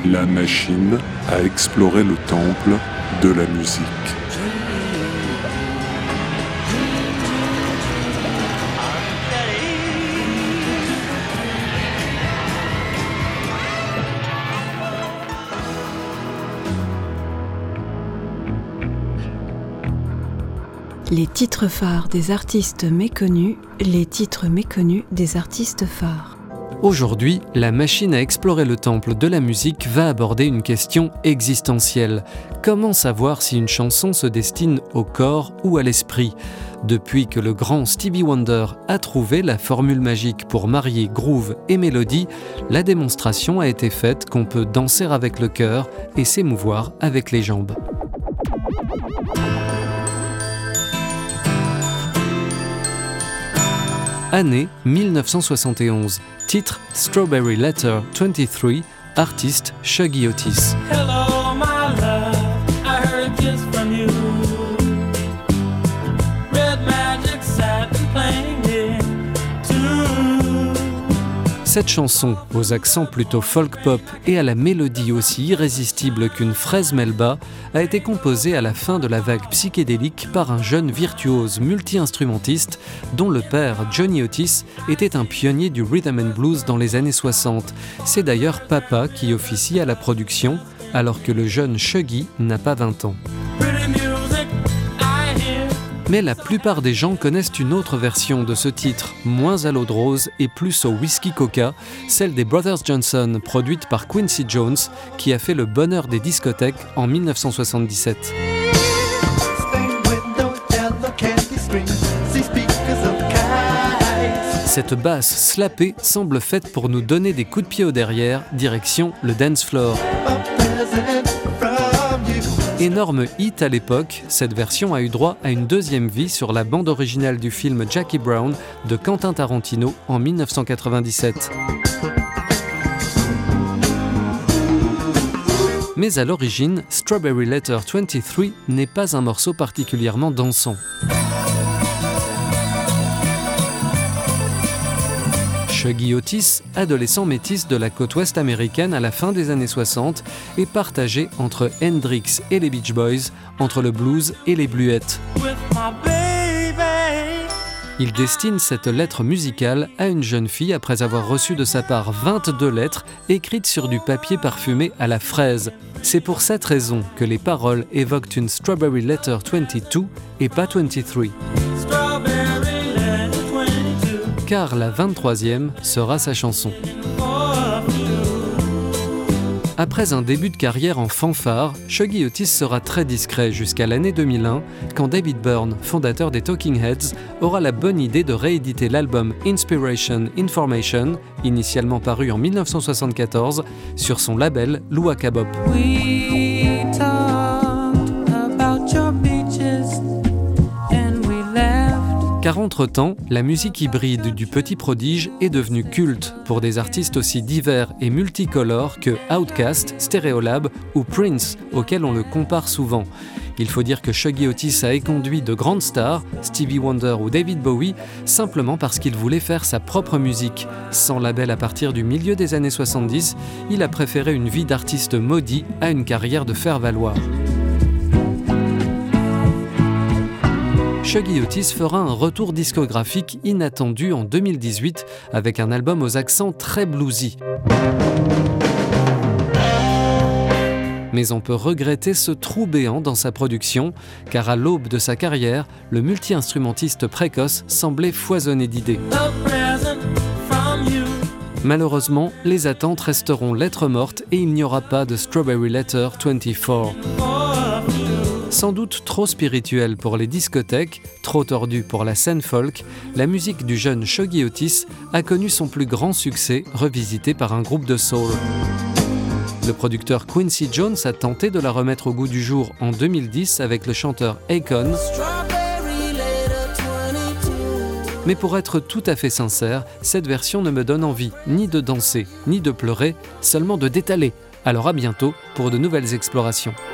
La machine a exploré le temple de la musique. Les titres phares des artistes méconnus, les titres méconnus des artistes phares. Aujourd'hui, la machine à explorer le temple de la musique va aborder une question existentielle. Comment savoir si une chanson se destine au corps ou à l'esprit ? Depuis que le grand Stevie Wonder a trouvé la formule magique pour marier groove et mélodie, la démonstration a été faite qu'on peut danser avec le cœur et s'émouvoir avec les jambes. Année 1971. Titre Strawberry Letter 23. Artiste Shuggie Otis. Hello, my love. I heard a kiss from you. Red magic satin playing here too. Cette chanson, aux accents plutôt folk-pop et à la mélodie aussi irrésistible qu'une fraise melba, a été composée à la fin de la vague psychédélique par un jeune virtuose multi-instrumentiste dont le père, Johnny Otis, était un pionnier du rhythm and blues dans les années 60. C'est d'ailleurs papa qui officie à la production, alors que le jeune Shuggie n'a pas 20 ans. Mais la plupart des gens connaissent une autre version de ce titre, moins à l'eau de rose et plus au whisky coca, celle des Brothers Johnson, produite par Quincy Jones, qui a fait le bonheur des discothèques en 1977. Cette basse slappée semble faite pour nous donner des coups de pied au derrière, direction le dance floor. Énorme hit à l'époque, cette version a eu droit à une deuxième vie sur la bande originale du film Jackie Brown de Quentin Tarantino en 1997. Mais à l'origine, Strawberry Letter 23 n'est pas un morceau particulièrement dansant. Shuggie Otis, adolescent métis de la côte ouest américaine à la fin des années 60, est partagé entre Hendrix et les Beach Boys, entre le blues et les bluettes. Il destine cette lettre musicale à une jeune fille après avoir reçu de sa part 22 lettres écrites sur du papier parfumé à la fraise. C'est pour cette raison que les paroles évoquent une Strawberry Letter 22 et pas 23. Car la 23e sera sa chanson. Après un début de carrière en fanfare, Shuggie Otis sera très discret jusqu'à l'année 2001, quand David Byrne, fondateur des Talking Heads, aura la bonne idée de rééditer l'album Inspiration Information, initialement paru en 1974, sur son label Luaka Bop. Car entre-temps, la musique hybride du petit prodige est devenue culte pour des artistes aussi divers et multicolores que Outkast, Stereolab ou Prince, auxquels on le compare souvent. Il faut dire que Shuggie Otis a éconduit de grandes stars, Stevie Wonder ou David Bowie, simplement parce qu'il voulait faire sa propre musique. Sans label à partir du milieu des années 70, il a préféré une vie d'artiste maudit à une carrière de faire-valoir. Shuggie Otis fera un retour discographique inattendu en 2018 avec un album aux accents très bluesy. Mais on peut regretter ce trou béant dans sa production, car à l'aube de sa carrière, le multi-instrumentiste précoce semblait foisonner d'idées. Malheureusement, les attentes resteront lettres mortes et il n'y aura pas de Strawberry Letter 24. Sans doute trop spirituelle pour les discothèques, trop tordue pour la scène folk, la musique du jeune Shuggie Otis a connu son plus grand succès, revisité par un groupe de soul. Le producteur Quincy Jones a tenté de la remettre au goût du jour en 2010 avec le chanteur Akon. Mais pour être tout à fait sincère, cette version ne me donne envie ni de danser, ni de pleurer, seulement de d'étaler. Alors à bientôt pour de nouvelles explorations.